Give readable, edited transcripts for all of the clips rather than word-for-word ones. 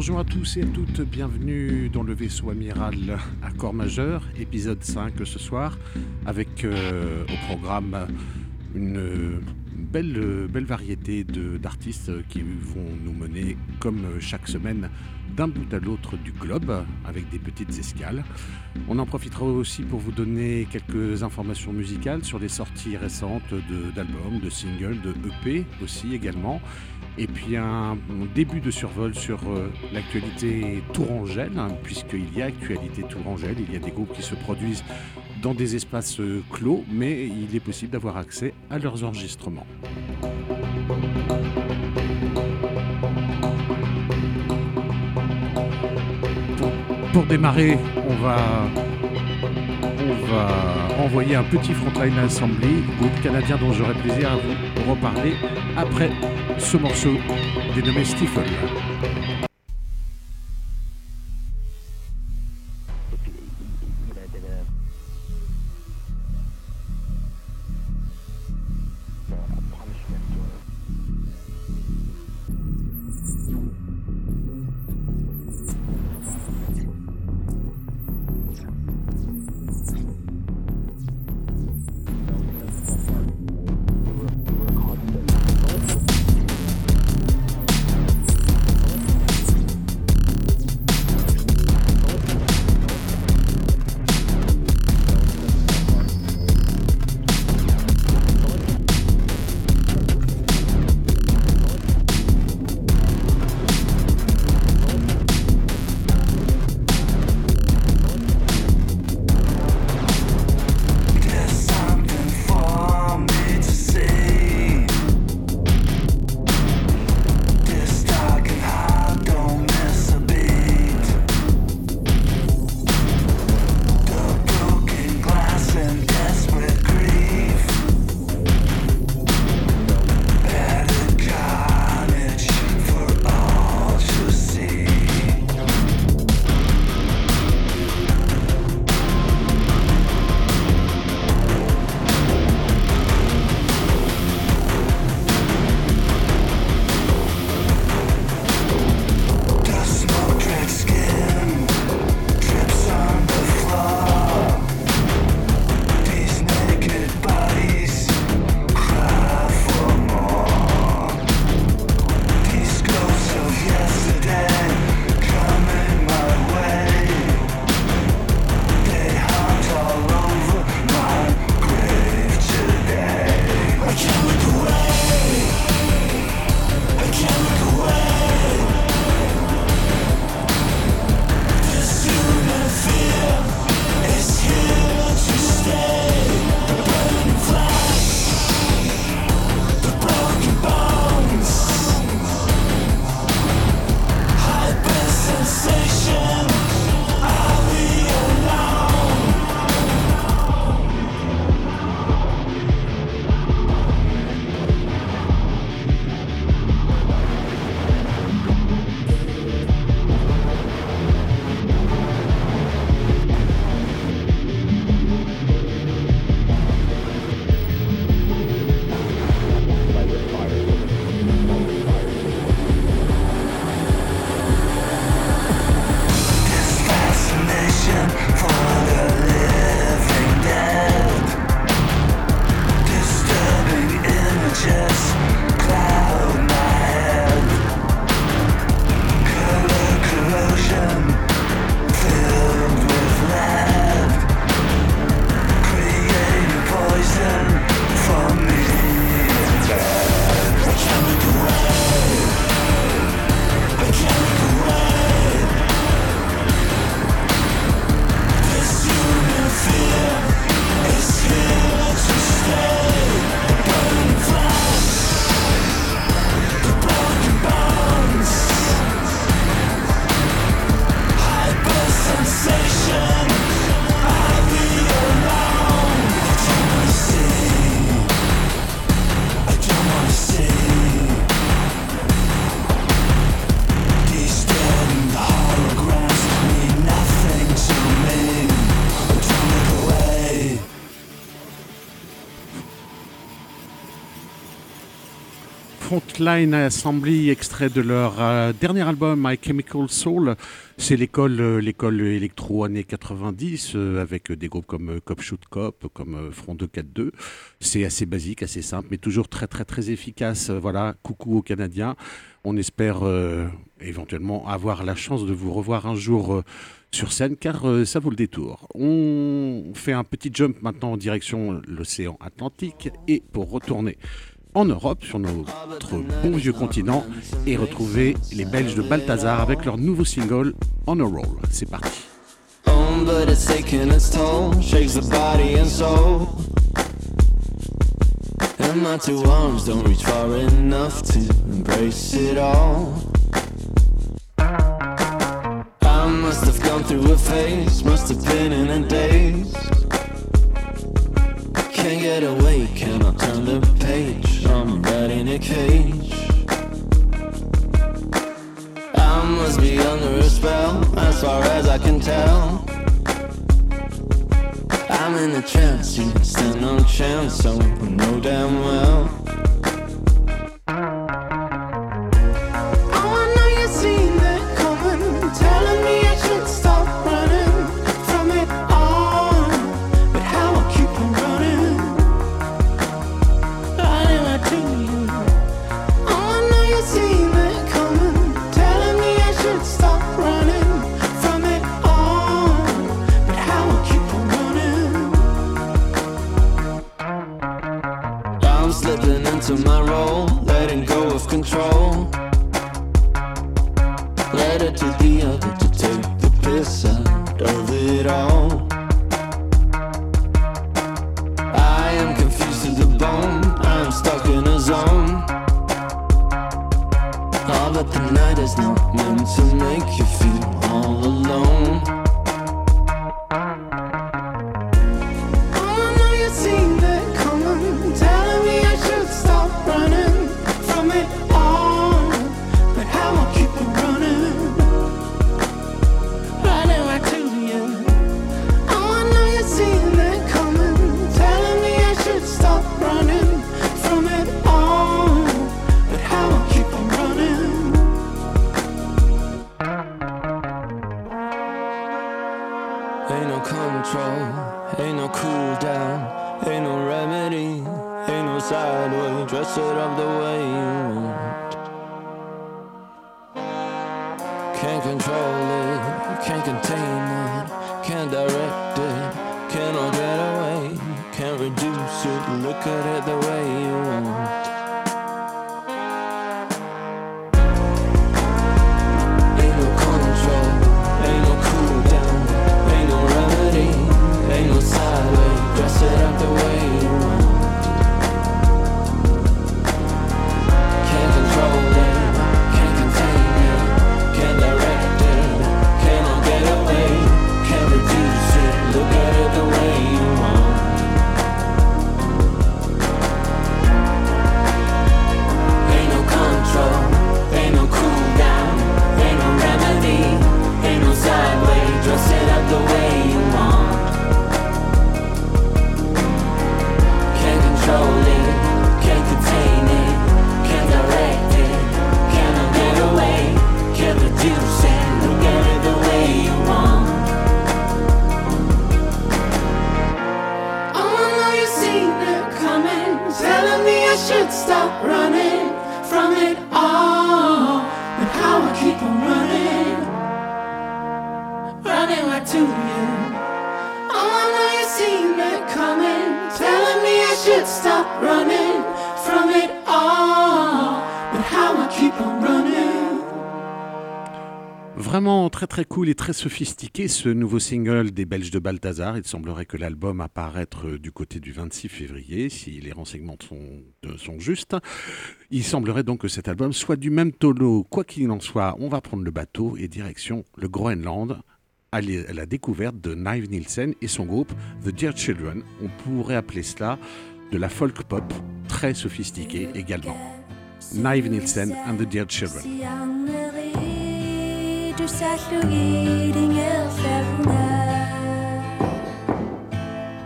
Bonjour à tous et à toutes, bienvenue dans le vaisseau amiral Accord majeur, épisode 5 ce soir, avec au programme une belle variété d'artistes qui vont nous mener, comme chaque semaine, d'un bout à l'autre du globe, avec des petites escales. On en profitera aussi pour vous donner quelques informations musicales sur les sorties récentes d'albums, de singles, de EP aussi également. Et puis un début de survol sur l'actualité tourangelle, puisqu'il y a actualité tourangelle, il y a des groupes qui se produisent dans des espaces clos, mais il est possible d'avoir accès à leurs enregistrements. Pour démarrer, on va envoyer un petit Frontline Assembly, groupe canadien dont j'aurai plaisir à vous reparler après ce morceau dénommé Stifle. Frontline Assembly, extrait de leur dernier album My Chemical Soul. C'est l'école électro années 90 avec des groupes comme Cop Shoot Cop, comme Front 242. C'est assez basique, assez simple, mais toujours très très très efficace. Voilà, coucou aux Canadiens. On espère éventuellement avoir la chance de vous revoir un jour sur scène, car ça vaut le détour. On fait un petit jump maintenant en direction de l'océan Atlantique, et pour retourner en Europe, sur notre bon vieux continent, et retrouver les Belges de Balthazar avec leur nouveau single On a Roll. C'est parti. But it's taking its toll, shakes the body and soul. And my two arms don't reach far enough to embrace it all. I must have gone through a phase, must have been in a daze. Can't get away, cannot turn the page, I'm right in a cage. I must be under a spell, as far as I can tell. I'm in a trance, you stand no chance, so I know damn well. To my role, letting go of control. Let it to the other to take the piss out of it all. I am confused to the bone, I'm stuck in a zone. Oh, but the night is not meant to make you feel all alone. Dress it up the way you want. Can't control it, can't contain it, can't direct it, cannot get away, can't reduce it, look at it the way you want. Ain't no control, ain't no cool down, ain't no remedy, ain't no sideway, dress it up the way you want. Vraiment très très cool et très sophistiqué ce nouveau single des Belges de Balthazar. Il semblerait que l'album apparaître du côté du 26 février, si les renseignements sont justes. Il semblerait donc que cet album soit du même tonneau. Quoi qu'il en soit, on va prendre le bateau et direction le Groenland, à la découverte de Nive Nielsen et son groupe The Dear Children. On pourrait appeler cela de la folk pop très sophistiquée également. Nive Nielsen and The Dear Children. Du sallugidinger færuna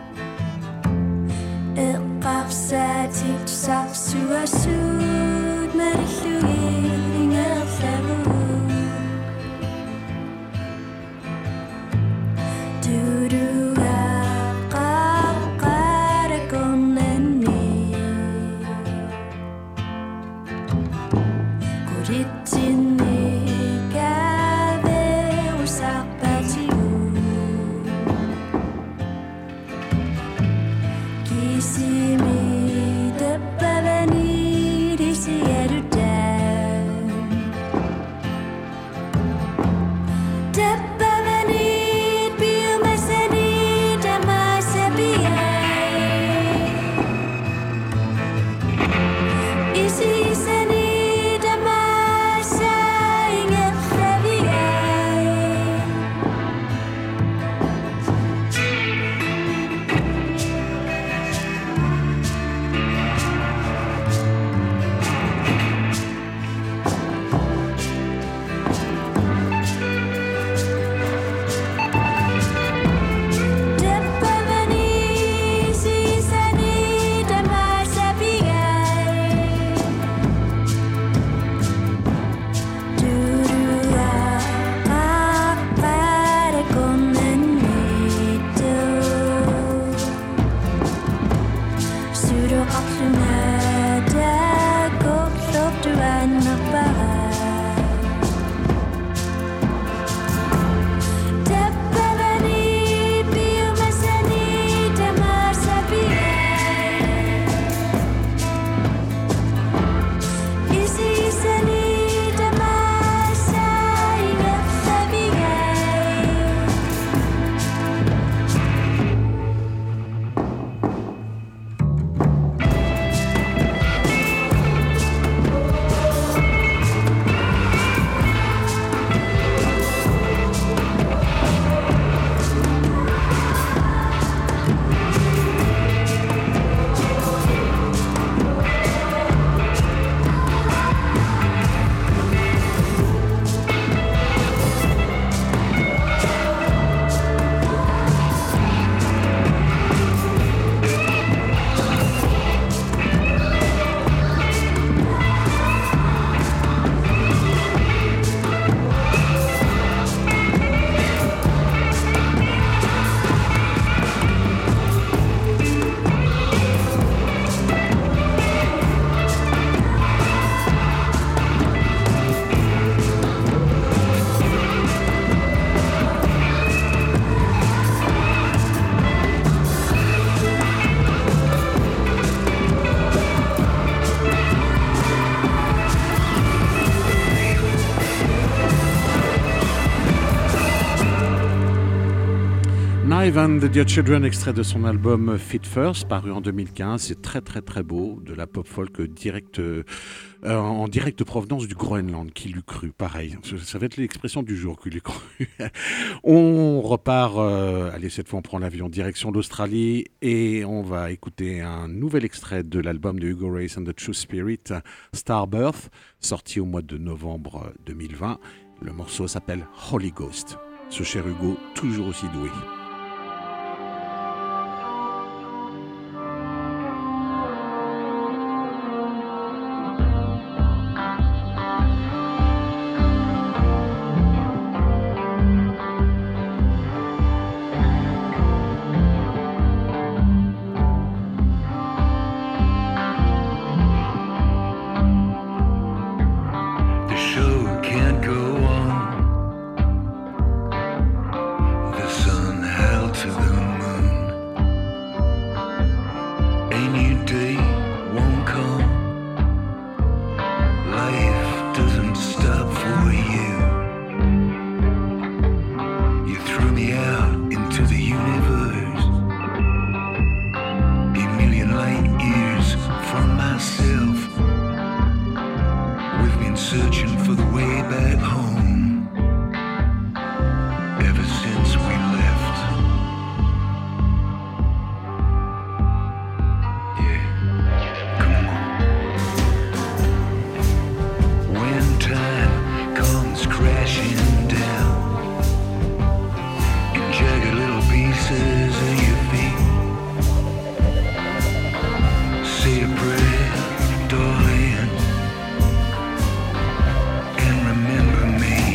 Eqaf satit saf suasud Live and the Dear Children, extrait de son album Feet First, paru en 2015. C'est très très très beau, de la pop folk en directe provenance du Groenland. Qui l'eût cru, pareil. Ça va être l'expression du jour, qui l'eût cru. On repart, allez, cette fois on prend l'avion direction l'Australie et on va écouter un nouvel extrait de l'album de Hugo Race and the True Spirit, Starbirth, sorti au mois de novembre 2020. Le morceau s'appelle Holy Ghost. Ce cher Hugo, toujours aussi doué. Darling, and remember me.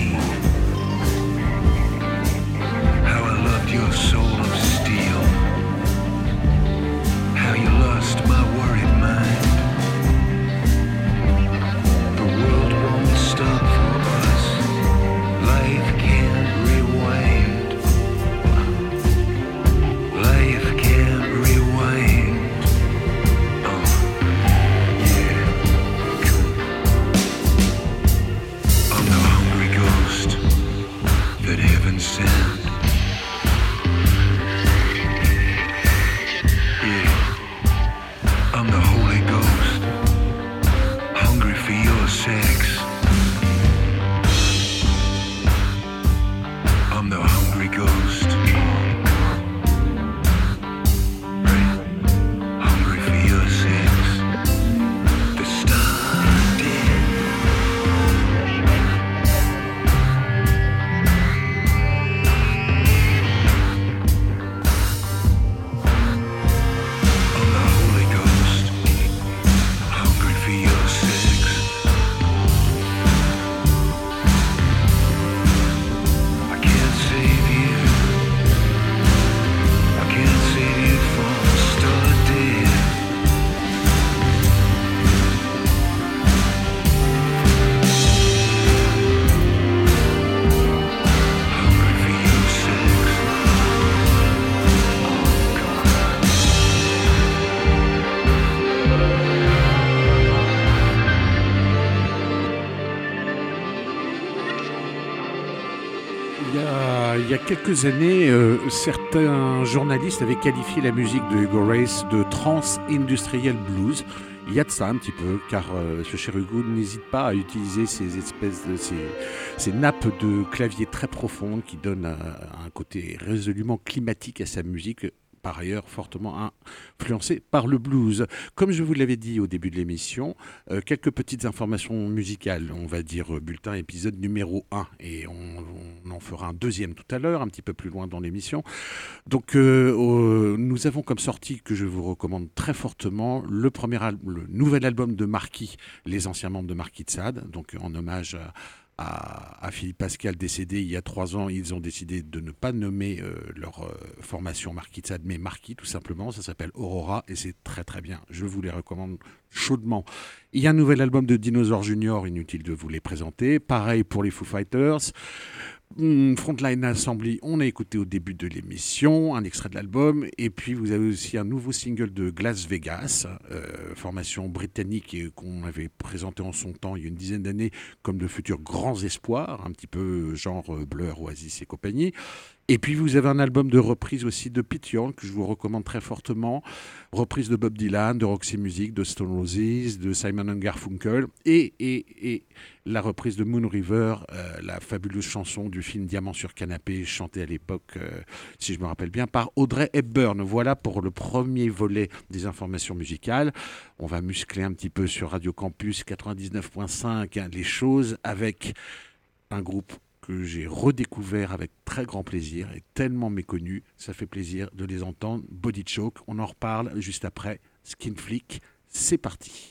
Il y a quelques années, certains journalistes avaient qualifié la musique de Hugo Race de trans-industrial blues. Il y a de ça un petit peu, car ce cher Hugo n'hésite pas à utiliser ces nappes de clavier très profondes qui donnent un côté résolument climatique à sa musique, par ailleurs fortement influencé par le blues. Comme je vous l'avais dit au début de l'émission, quelques petites informations musicales, on va dire bulletin épisode numéro 1, et on en fera un deuxième tout à l'heure, un petit peu plus loin dans l'émission. Donc nous avons comme sortie, que je vous recommande très fortement, le nouvel album de Marquis, les anciens membres de Marquis de Sade, donc en hommage à Philippe Pascal décédé il y a 3 ans. Ils ont décidé de ne pas nommer leur formation Marquis de Sade, mais Marquis tout simplement. Ça s'appelle Aurora et c'est très très bien. Je vous les recommande chaudement. Il y a un nouvel album de Dinosaur Junior, inutile de vous les présenter. Pareil pour les Foo Fighters. Frontline Assembly, on a écouté au début de l'émission un extrait de l'album, et puis vous avez aussi un nouveau single de Las Vegas, formation britannique qu'on avait présenté en son temps il y a une dizaine d'années comme de futurs grands espoirs, un petit peu genre Blur, Oasis et compagnie. Et puis vous avez un album de reprise aussi de Pete Yorn que je vous recommande très fortement, reprise de Bob Dylan, de Roxy Music, de Stone Roses, de Simon & Garfunkel et la reprise de Moon River, la fabuleuse chanson du film Diamant sur canapé, chantée à l'époque, si je me rappelle bien, par Audrey Hepburn. Voilà pour le premier volet des informations musicales. On va muscler un petit peu sur Radio Campus 99.5 les choses avec un groupe que j'ai redécouvert avec très grand plaisir et tellement méconnu, ça fait plaisir de les entendre. Body Choke, on en reparle juste après. Skin Flick, c'est parti.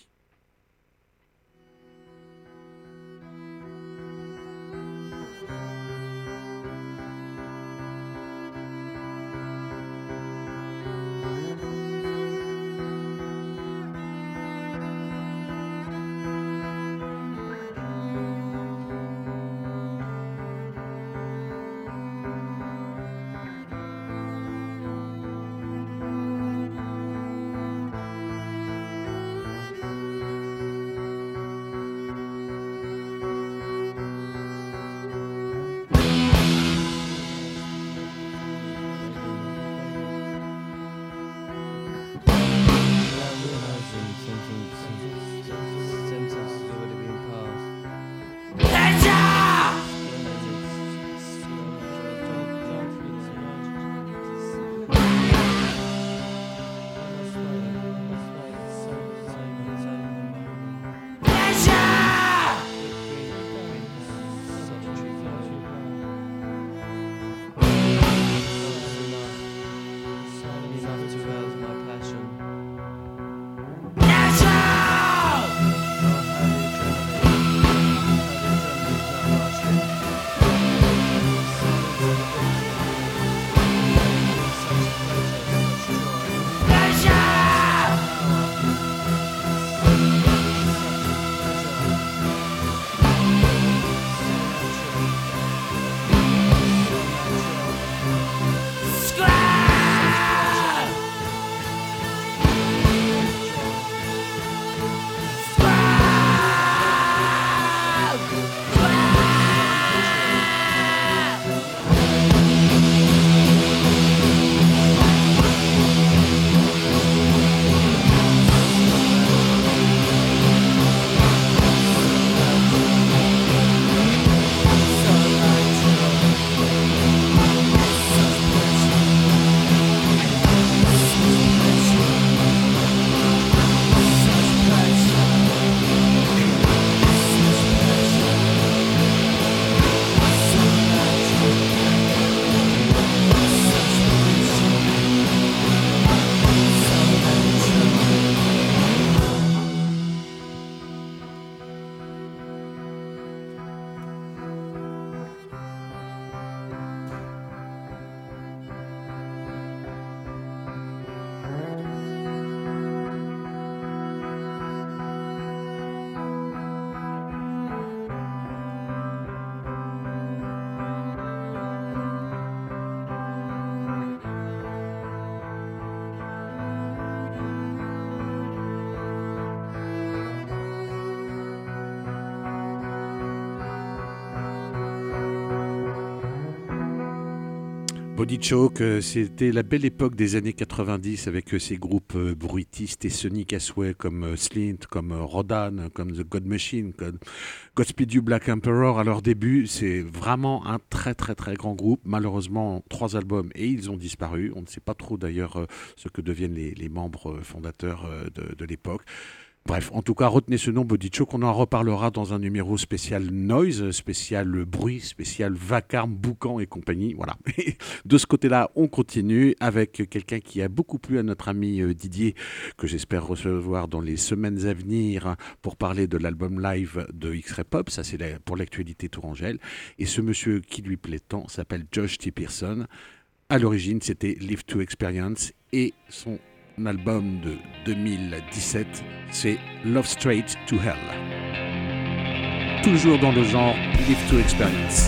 Body Choke, c'était la belle époque des années 90 avec ces groupes bruitistes et soniques à souhait comme Slint, comme Rodan, comme The God Machine, comme Godspeed You Black Emperor à leur début. C'est vraiment un très très très grand groupe. Malheureusement, 3 albums et ils ont disparu. On ne sait pas trop d'ailleurs ce que deviennent les membres fondateurs de l'époque. Bref, en tout cas, retenez ce nom, Body Choke. On en reparlera dans un numéro spécial noise, spécial bruit, spécial vacarme, boucan et compagnie. Voilà. De ce côté-là, on continue avec quelqu'un qui a beaucoup plu à notre ami Didier, que j'espère recevoir dans les semaines à venir pour parler de l'album live de X-Ray Pop. Ça, c'est pour l'actualité Tourangelle. Et ce monsieur qui lui plaît tant s'appelle Josh T. Pearson. À l'origine, c'était Live to Experience et son album de 2017, c'est Love Straight to Hell. Toujours dans le genre Live to Experience.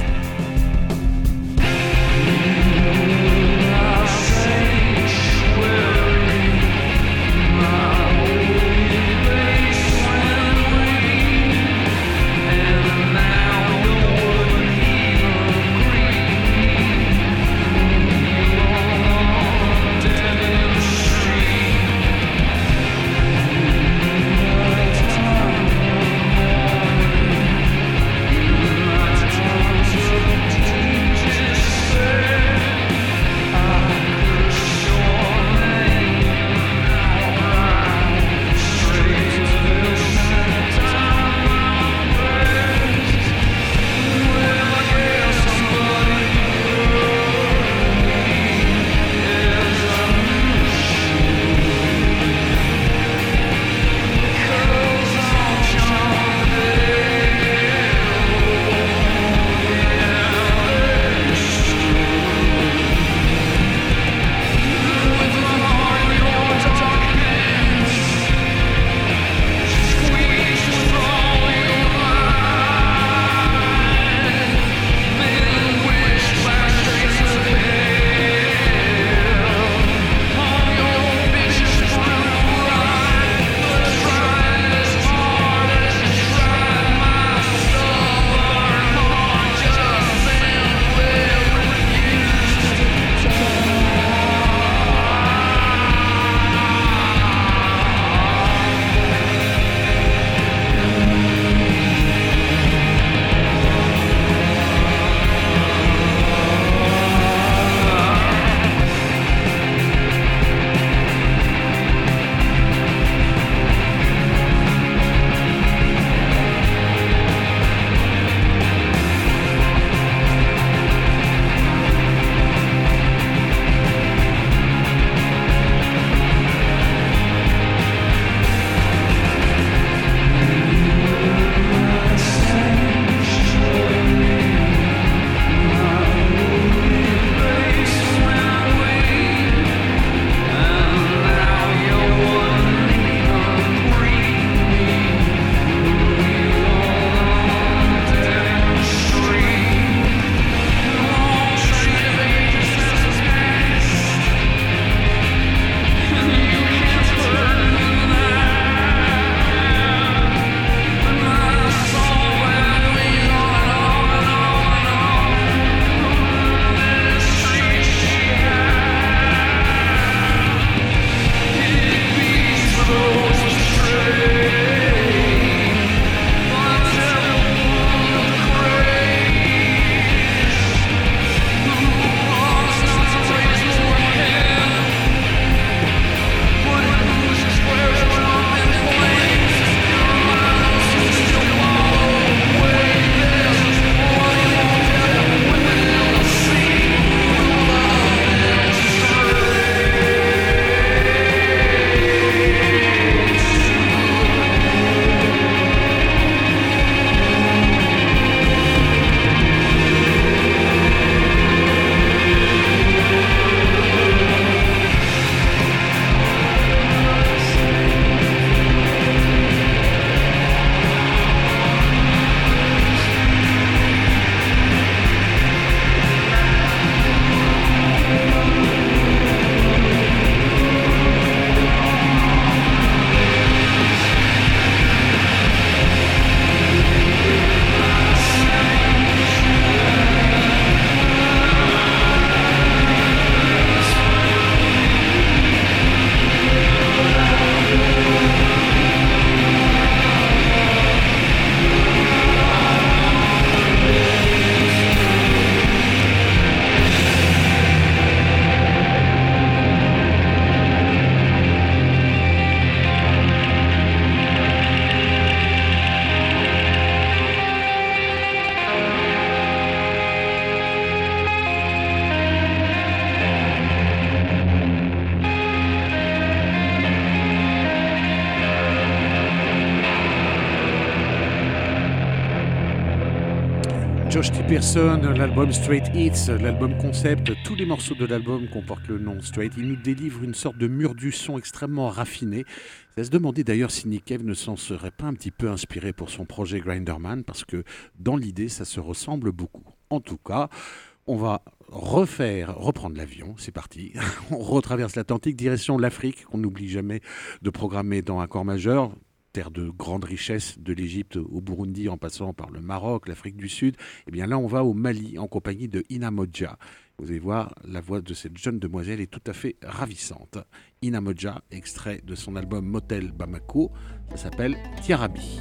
Josh T. Pearson, l'album Straight Hits, l'album concept, tous les morceaux de l'album comportent le nom Straight. Il nous délivre une sorte de mur du son extrêmement raffiné. C'est à se demander d'ailleurs si Nick Cave ne s'en serait pas un petit peu inspiré pour son projet Grinderman, parce que dans l'idée, ça se ressemble beaucoup. En tout cas, on va reprendre l'avion, c'est parti. On retraverse l'Atlantique, direction l'Afrique, qu'on n'oublie jamais de programmer dans Accord majeur. Terre de grande richesse, de l'Égypte au Burundi en passant par le Maroc, l'Afrique du Sud. Et bien là, on va au Mali en compagnie de Ina Modja. Vous allez voir, la voix de cette jeune demoiselle est tout à fait ravissante. Ina Modja, extrait de son album Motel Bamako, ça s'appelle Tiarabi.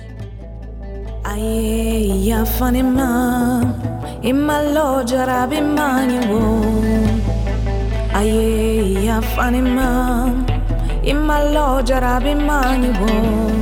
Aye, ya fanima, imalo jarabi maniwo. Aye, ya fanima, imalo jarabi maniwo.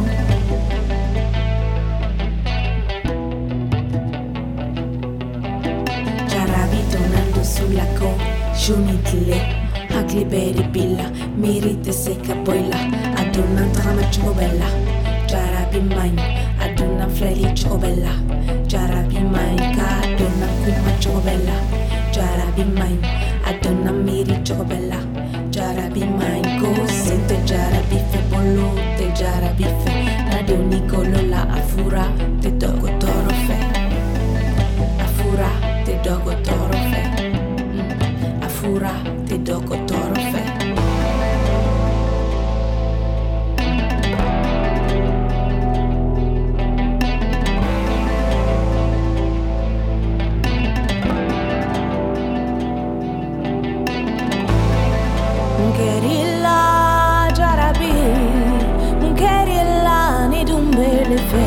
Sulla congiunitile Hagli beri billa Mirite secca boila Ad una trama bella Jarabi main Ad una felice bella Jarabi main Ad una kuma bella Jarabi main Ad una miri bella Jarabi main Cosente jarabi fe bollote jarabi fe Radoni colola afura Te dogo toro fe Afura te dogo toro fe Afura te dogo toro fe Ngerilla jarabi Ngerilla ni dumbele fe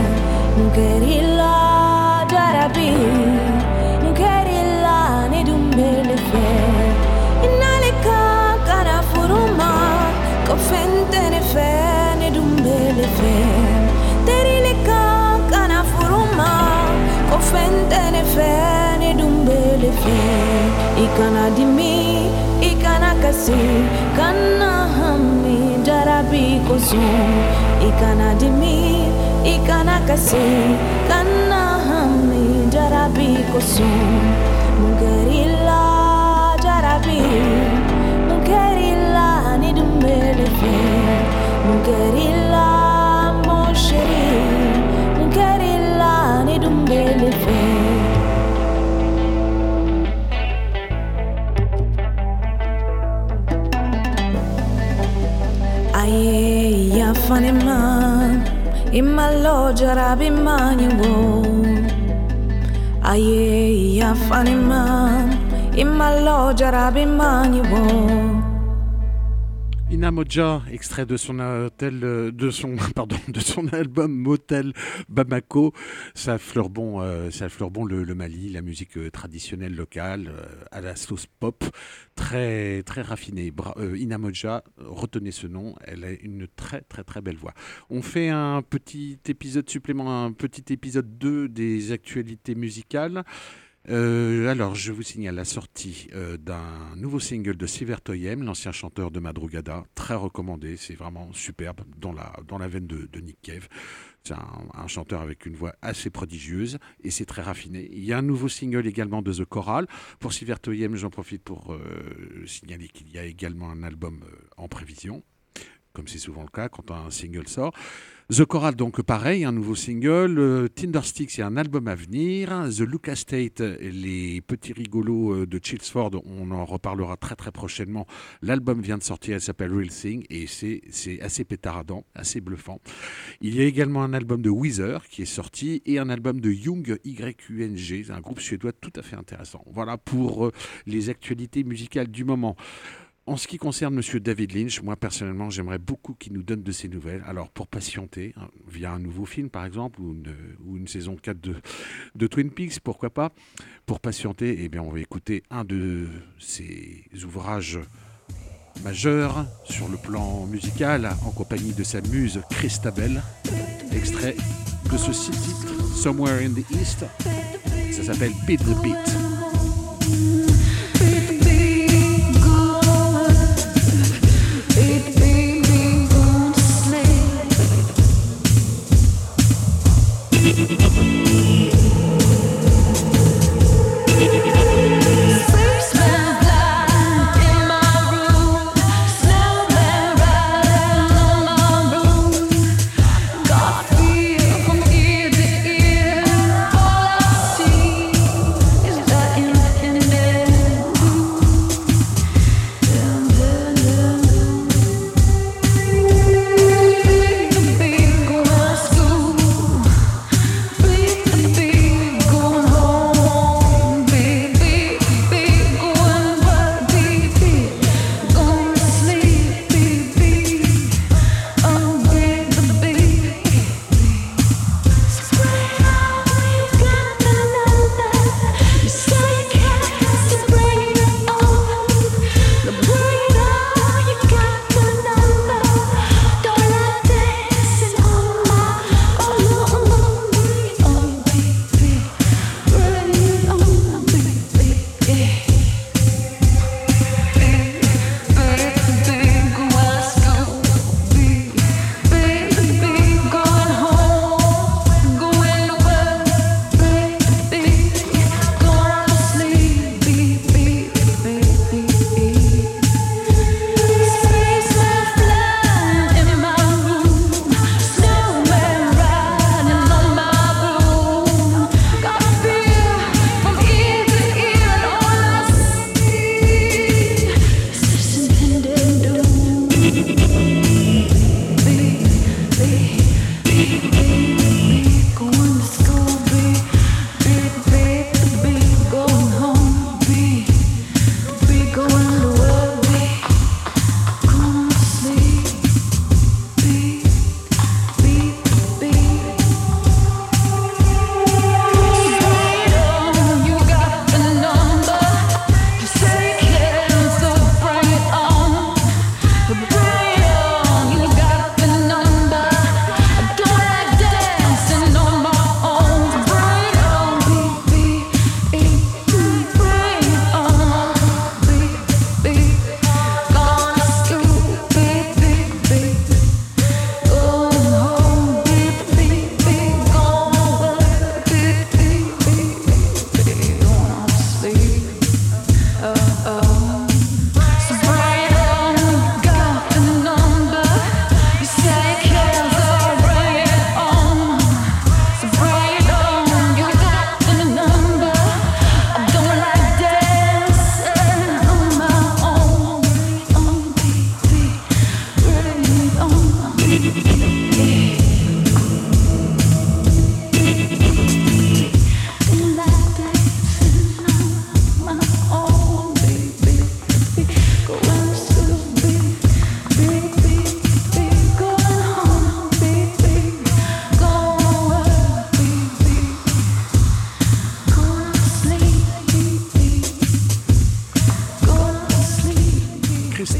Ngerilla jarabi Ngerilla ni dumbele fe Inalika kana furuma Kofente ne fe ne dumbele fe Terilika kana furuma Kofente ne fe ne dumbele fe Ikana dimi Ikana kasi kana hami jarabi kosu Ikana dimi Ikana kasi kana hami jarabi kosu Mungerilla jarabi Mungerilla ni dumbele fe Mungerilla mon chéri Mungerilla ni dumbele fe Aye, ya fanima, imalo jarabi maniwo. Aye, ya fanima, imalo jarabi maniwo. Ina Modja, extrait de son album Motel Bamako, ça affleure bon le Mali, la musique traditionnelle locale à la sauce pop, très très raffinée. Ina Modja, retenez ce nom, elle a une très très très belle voix. On fait un petit épisode supplément, un petit épisode 2 des actualités musicales. Alors, je vous signale la sortie d'un nouveau single de Siver Toyem, l'ancien chanteur de Madrugada, très recommandé, c'est vraiment superbe, dans la veine de Nick Cave. C'est un chanteur avec une voix assez prodigieuse et c'est très raffiné. Il y a un nouveau single également de The Choral. Pour Siver Toyem, j'en profite pour signaler qu'il y a également un album en prévision, comme c'est souvent le cas quand un single sort. The Choral, donc pareil, un nouveau single. Tindersticks, c'est un album à venir. The Lucas State, les petits rigolos de Chillsford, on en reparlera très très prochainement. L'album vient de sortir, elle s'appelle Real Thing et c'est assez pétaradant, assez bluffant. Il y a également un album de Weezer qui est sorti et un album de Young YUNG, un groupe suédois tout à fait intéressant. Voilà pour les actualités musicales du moment. En ce qui concerne M. David Lynch, moi personnellement, j'aimerais beaucoup qu'il nous donne de ses nouvelles. Alors pour patienter, via un nouveau film par exemple, ou une saison 4 de Twin Peaks, pourquoi pas. Pour patienter, eh bien, on va écouter un de ses ouvrages majeurs sur le plan musical, en compagnie de sa muse Christabel. Extrait de ce titre, Somewhere in the East. Ça s'appelle Beat the Beat.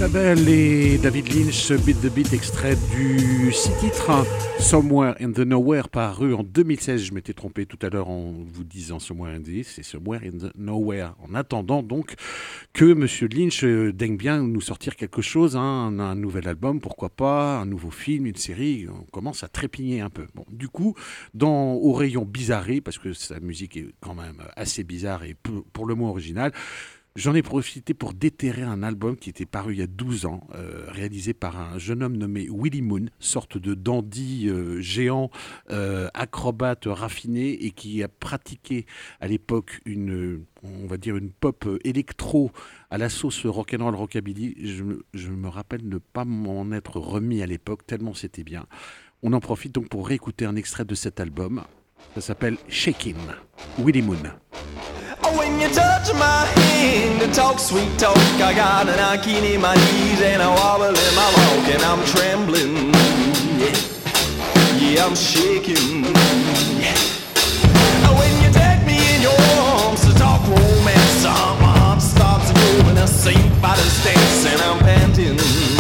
Babel et David Lynch, Beat the Beat, extrait du 6 titres Somewhere in the Nowhere, paru en 2016. Je m'étais trompé tout à l'heure en vous disant Somewhere in the, c'est Somewhere in the Nowhere. En attendant donc que Monsieur Lynch daigne bien nous sortir quelque chose, hein, un nouvel album, pourquoi pas, un nouveau film, une série. On commence à trépigner un peu. Bon, du coup, au rayon bizarrerie, parce que sa musique est quand même assez bizarre et pour le mot original, j'en ai profité pour déterrer un album qui était paru il y a 12 ans, réalisé par un jeune homme nommé Willie Moon, sorte de dandy géant, acrobate raffiné et qui a pratiqué à l'époque une pop électro à la sauce rock'n'roll rockabilly. Je me rappelle ne pas m'en être remis à l'époque, tellement c'était bien. On en profite donc pour réécouter un extrait de cet album. Ça s'appelle Shakin', Willie Moon. When you touch my hand to talk sweet talk, I got an aching in my knees and a wobble in my walk, and I'm trembling. Yeah, I'm shaking. Yeah. When you take me in your arms to talk romance, my heart starts going, I sink by the stance, and I'm panting.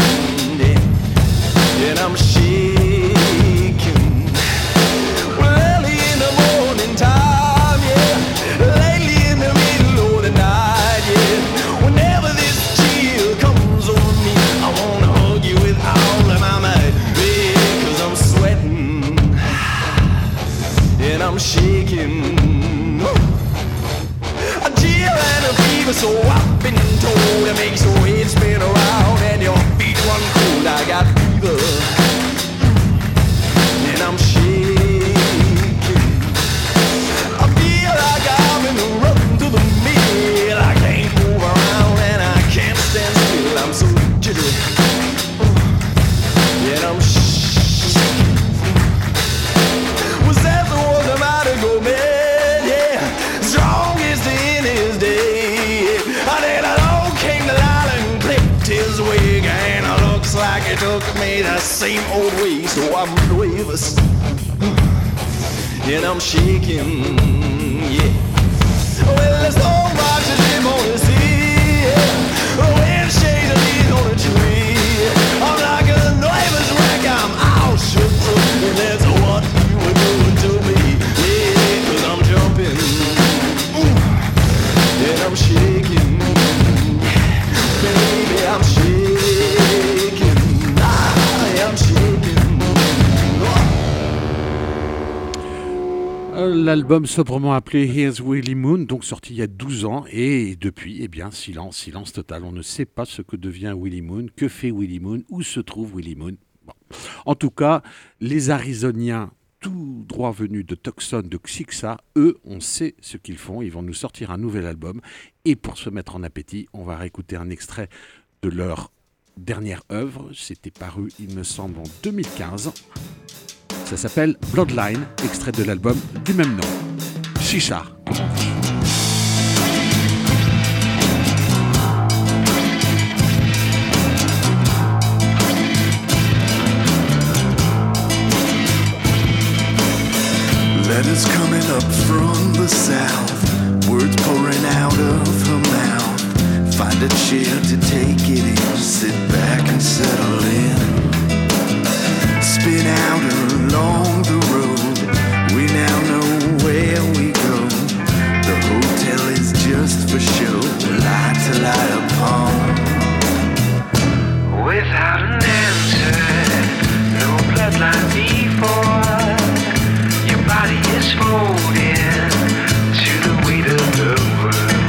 Yeah, and I'm shaking. Well, early in the morning time, yeah. Whenever this chill comes over me, I wanna hug you with all of my might, yeah, 'cause I'm sweating and I'm shaking. A chill and a fever, so I've been told, it makes your head spin around and your feet run cold. I got fever and I'm shaking. I feel like I'm in the run to the mill. I can't move around and I can't stand still. I'm so jittery, and I'm shaking. Was that the one about to go mad? Yeah, strongest in his day. And then along came the line and clipped his wig, and it looks like it took me the same old way. So I'm nervous, and I'm shaking. Yeah. Well, there's no boxes in the sea. Wind shades of leaves on a tree. I'm like a nervous wreck, I'm all shook up. And that's what you were doing to me. Yeah, 'cause I'm jumping. And I'm shaking. Baby, I'm shaking. I am shaking. L'album sobrement appelé Here's Willie Moon, donc sorti il y a 12 ans, et depuis, eh bien, silence total. On ne sait pas ce que devient Willie Moon, que fait Willie Moon, où se trouve Willie Moon. Bon. En tout cas, les Arizoniens, tout droit venus de Tucson, de Xixa, eux, on sait ce qu'ils font. Ils vont nous sortir un nouvel album, et pour se mettre en appétit, on va réécouter un extrait de leur dernière œuvre. C'était paru, il me semble, en 2015. Ça s'appelle Bloodline, extrait de l'album du même nom. Chicha, comme on dit. Letters coming up from the south, words pouring out of her mouth. Find a chair to take it in, sit back and settle in. Spin out along the road, we now know where we go. The hotel is just for show, light to light upon. Without an answer, no bloodline before. Your body is folding to the weight of the world.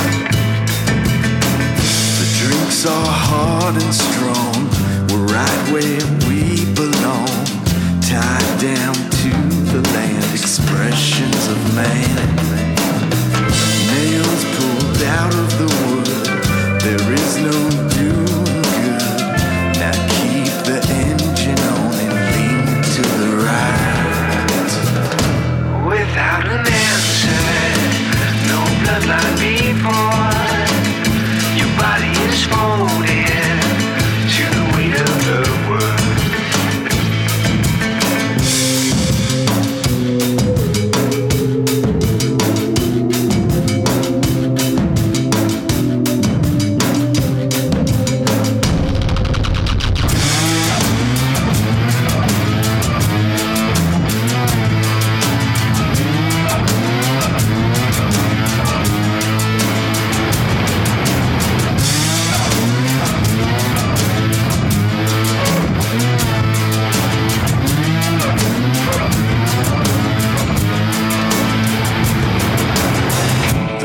The drinks are hard and strong, we're right where we belong. Tied down to the land, expressions of man. Nails pulled out of the wood, there is no doing good. Now keep the engine on and lean to the right. Without an answer, no bloodline before. Your body is folding to the weight of the world.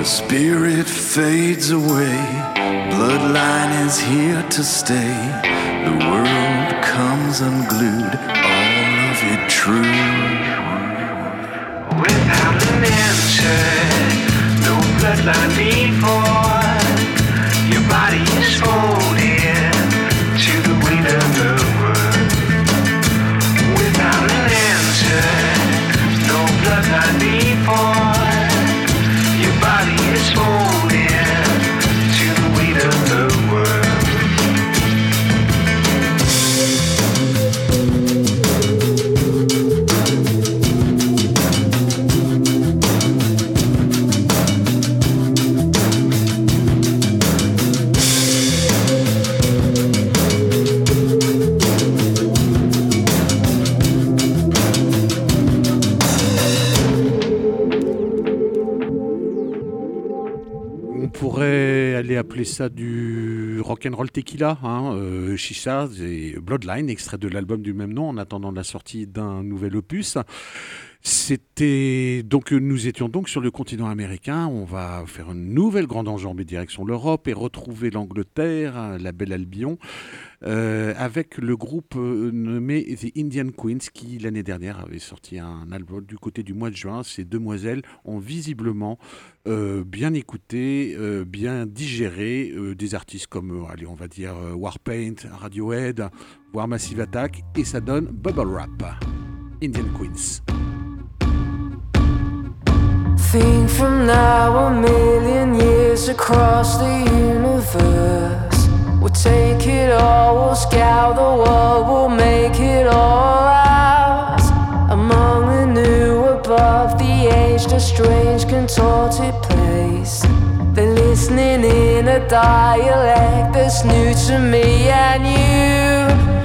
Spirit fades away, bloodline is here to stay. The world comes unglued, all of it true. Without an answer, no bloodline before. Your body is folded to the weight of the world. Without an answer, no bloodline before. Your body is folded to the weight of the world. Aller appeler ça du rock'n'roll tequila, Chicha et Bloodline, extrait de l'album du même nom, en attendant la sortie d'un nouvel opus. Nous étions donc sur le continent américain. On va faire une nouvelle grande enjambée direction l'Europe et retrouver l'Angleterre, la belle Albion, avec le groupe nommé The Indian Queens qui l'année dernière avait sorti un album du côté du mois de juin. Ces demoiselles ont visiblement bien écouté, bien digéré des artistes comme, on va dire Warpaint, Radiohead, voire Massive Attack, et ça donne Bubble Wrap. Indian Queens. Think from now a million years across the universe. We'll take it all, we'll scour the world, we'll make it all ours. Among the new, above the aged, a strange contorted place. They're listening in a dialect that's new to me and you.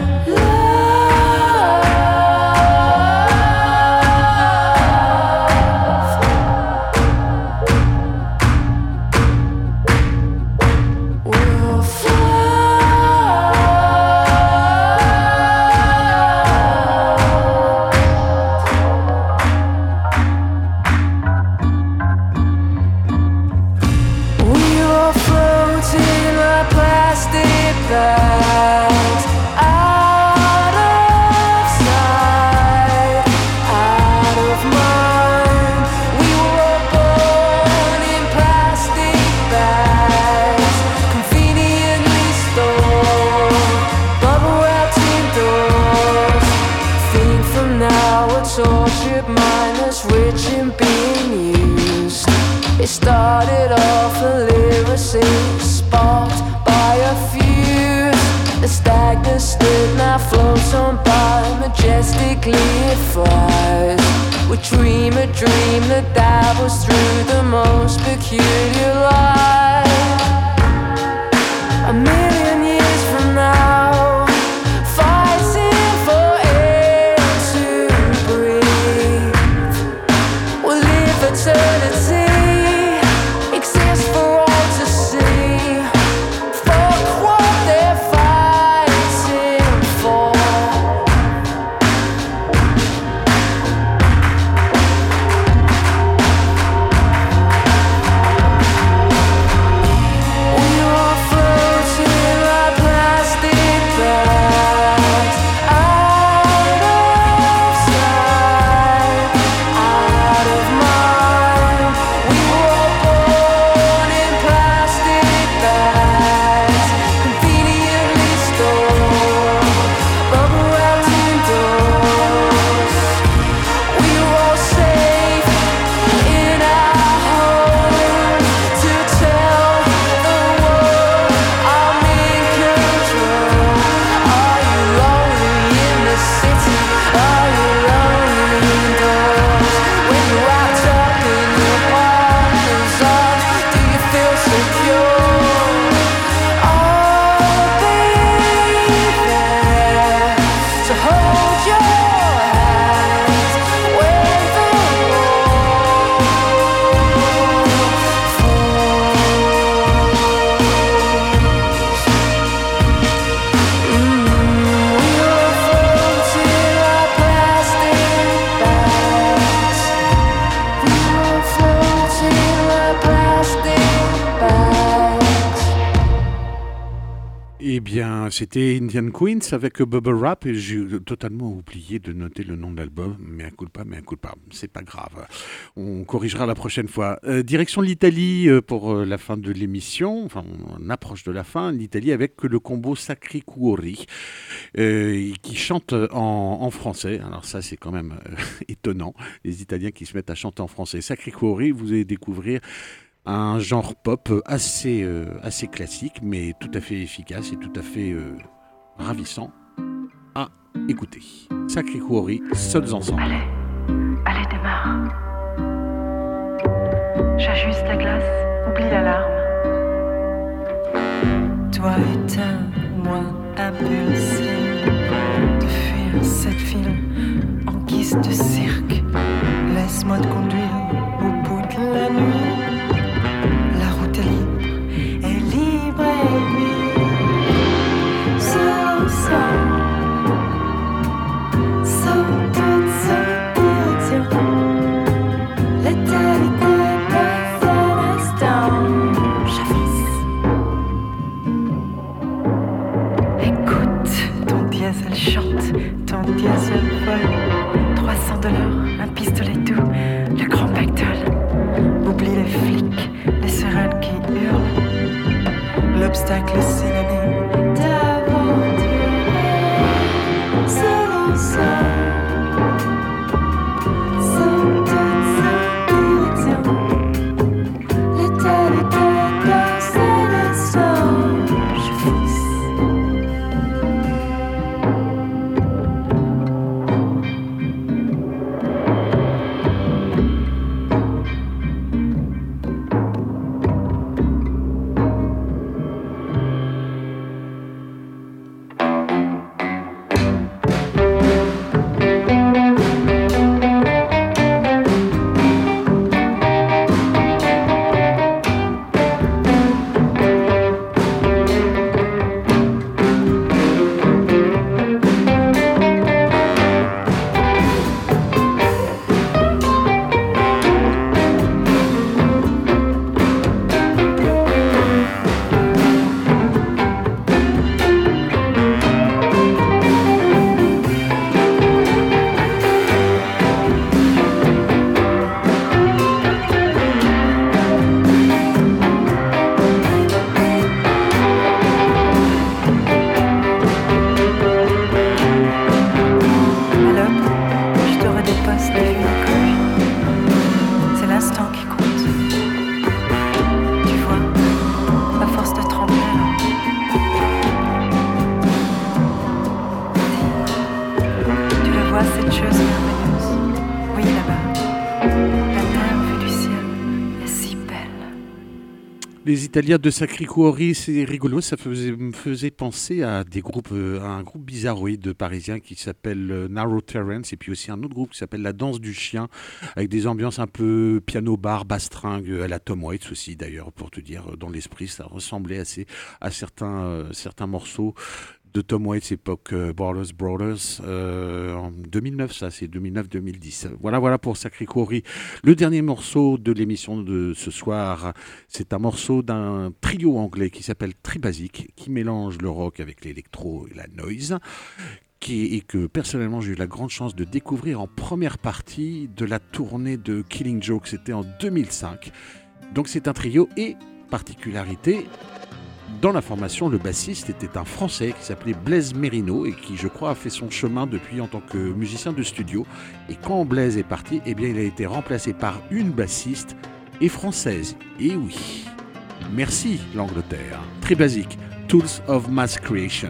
It started off illiteracy, sparked by a fuse. The stagnant stood now floats on by, majestically it flies. We dream a dream that dabbles through the most peculiar light. A million years from now, fighting for air to breathe. We'll live eternity. Floating Eh bien, c'était Indian Queens avec Bubble Wrap et j'ai totalement oublié de noter le nom de l'album. Mais un coup pas, c'est pas grave. On corrigera la prochaine fois. Direction l'Italie pour la fin de l'émission. Enfin, on approche de la fin. L'Italie avec le combo Sacri Cuori qui chante en français. Alors ça, c'est quand même étonnant. Les Italiens qui se mettent à chanter en français. Sacri Cuori, vous allez découvrir un genre pop assez classique, mais tout à fait efficace et tout à fait ravissant à écouter. Sacri Cuori, seuls ensemble. Allez, démarre. J'ajuste la glace, oublie l'alarme. Toi éteins-moi, impulsé de fuir cette file en guise de cirque. Laisse-moi te conduire au bout de la nuit. La route est libre et libre. Seul, sans toute cette direction. L'éternité passe un instant. J'avance. Écoute, ton diesel chante, ton diesel vole. $300, un pistolet doux, le grand pactole. Oublie les flics, les sirènes qui hurlent. L'obstacle synonyme d'aventure. Seul ensemble, sans toute cette direction. L'éternité passe un instant. Je fonce. Les Italiens de Sacri Cuori, c'est rigolo, ça me faisait penser à un groupe bizarroïde parisien qui s'appelle Narrow Terrence, et puis aussi un autre groupe qui s'appelle La Danse du Chien, avec des ambiances un peu piano-bar, basse-stringue, à la Tom Waits aussi d'ailleurs, pour te dire, dans l'esprit, ça ressemblait assez à certains morceaux de Tom Waits, époque Brothers, en 2009, ça c'est 2009-2010. Voilà pour Sacri Cuori. Le dernier morceau de l'émission de ce soir, c'est un morceau d'un trio anglais qui s'appelle Tribasic, qui mélange le rock avec l'électro et la noise, et que personnellement j'ai eu la grande chance de découvrir en première partie de la tournée de Killing Joke, c'était en 2005. Donc c'est un trio et particularité, dans la formation, le bassiste était un Français qui s'appelait Blaise Mérino et qui, je crois, a fait son chemin depuis en tant que musicien de studio. Et quand Blaise est parti, eh bien, il a été remplacé par une bassiste et française. Et oui, merci l'Angleterre. Très basique, Tools of Mass Creation.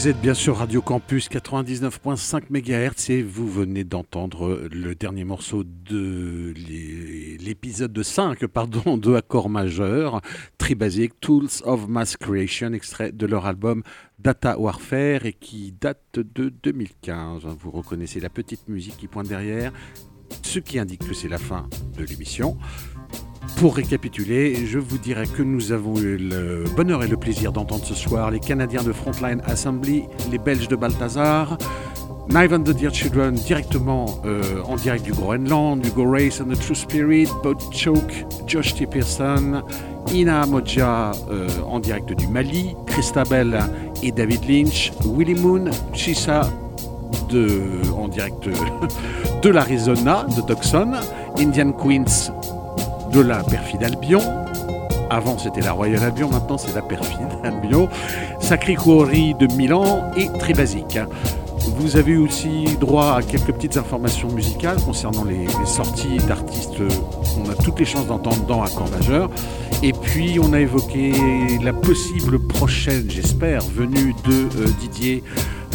Vous êtes bien sûr Radio Campus 99.5 MHz et vous venez d'entendre le dernier morceau de l'épisode 5 de Accord Majeur, Tribasic, Tools of Mass Creation, extrait de leur album Data Warfare et qui date de 2015. Vous reconnaissez la petite musique qui pointe derrière, ce qui indique que c'est la fin de l'émission. Pour récapituler, je vous dirais que nous avons eu le bonheur et le plaisir d'entendre ce soir les Canadiens de Frontline Assembly, les Belges de Balthazar, Knife and the Dear Children directement en direct du Groenland, Hugo Race and the True Spirit, Boat Choke, Josh T. Pearson, Ina Moja en direct du Mali, Christabel et David Lynch, Willie Moon, Chisa en direct de l'Arizona, de Tucson, Indian Queens de la Perfide Albion. Avant c'était la Royal Albion, maintenant c'est la Perfide Albion. Sacré Quarry de Milan et Tribasic. Vous avez aussi droit à quelques petites informations musicales concernant les sorties d'artistes qu'on a toutes les chances d'entendre dans Accord Majeur. Et puis on a évoqué la possible prochaine, j'espère, venue de Didier,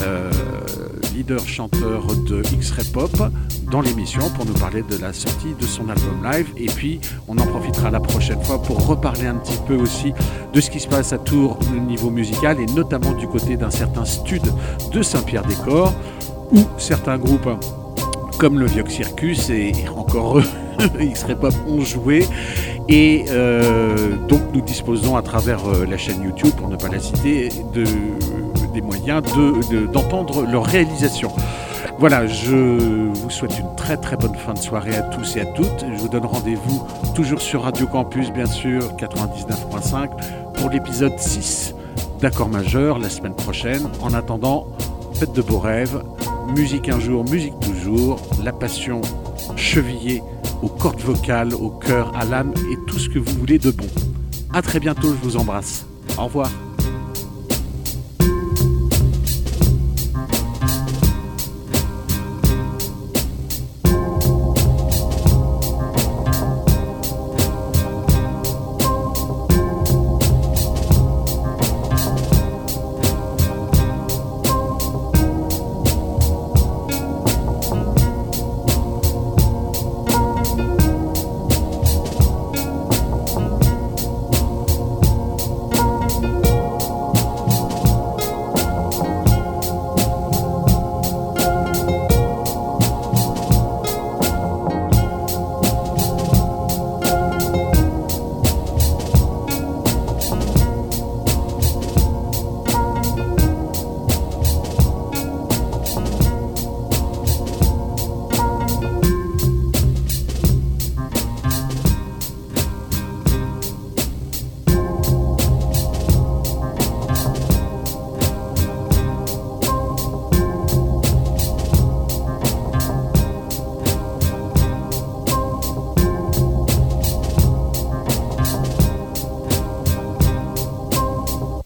leader-chanteur de X-Ray Pop, dans l'émission pour nous parler de la sortie de son album live. Et puis on en profitera la prochaine fois pour reparler un petit peu aussi de ce qui se passe à Tours au niveau musical et notamment du côté d'un certain stud de Saint-Pierre-des-Corps où certains groupes comme le Viox Circus et encore X-Ray Pop ont joué et donc nous disposons à travers la chaîne YouTube, pour ne pas la citer, des moyens d'entendre leur réalisation. Voilà, je vous souhaite une très très bonne fin de soirée à tous et à toutes. Je vous donne rendez-vous toujours sur Radio Campus, bien sûr, 99.5 pour l'épisode 6 d'Accord Majeur la semaine prochaine. En attendant, faites de beaux rêves, musique un jour, musique toujours, la passion chevillée aux cordes vocales, au cœur, à l'âme et tout ce que vous voulez de bon. À très bientôt, je vous embrasse. Au revoir.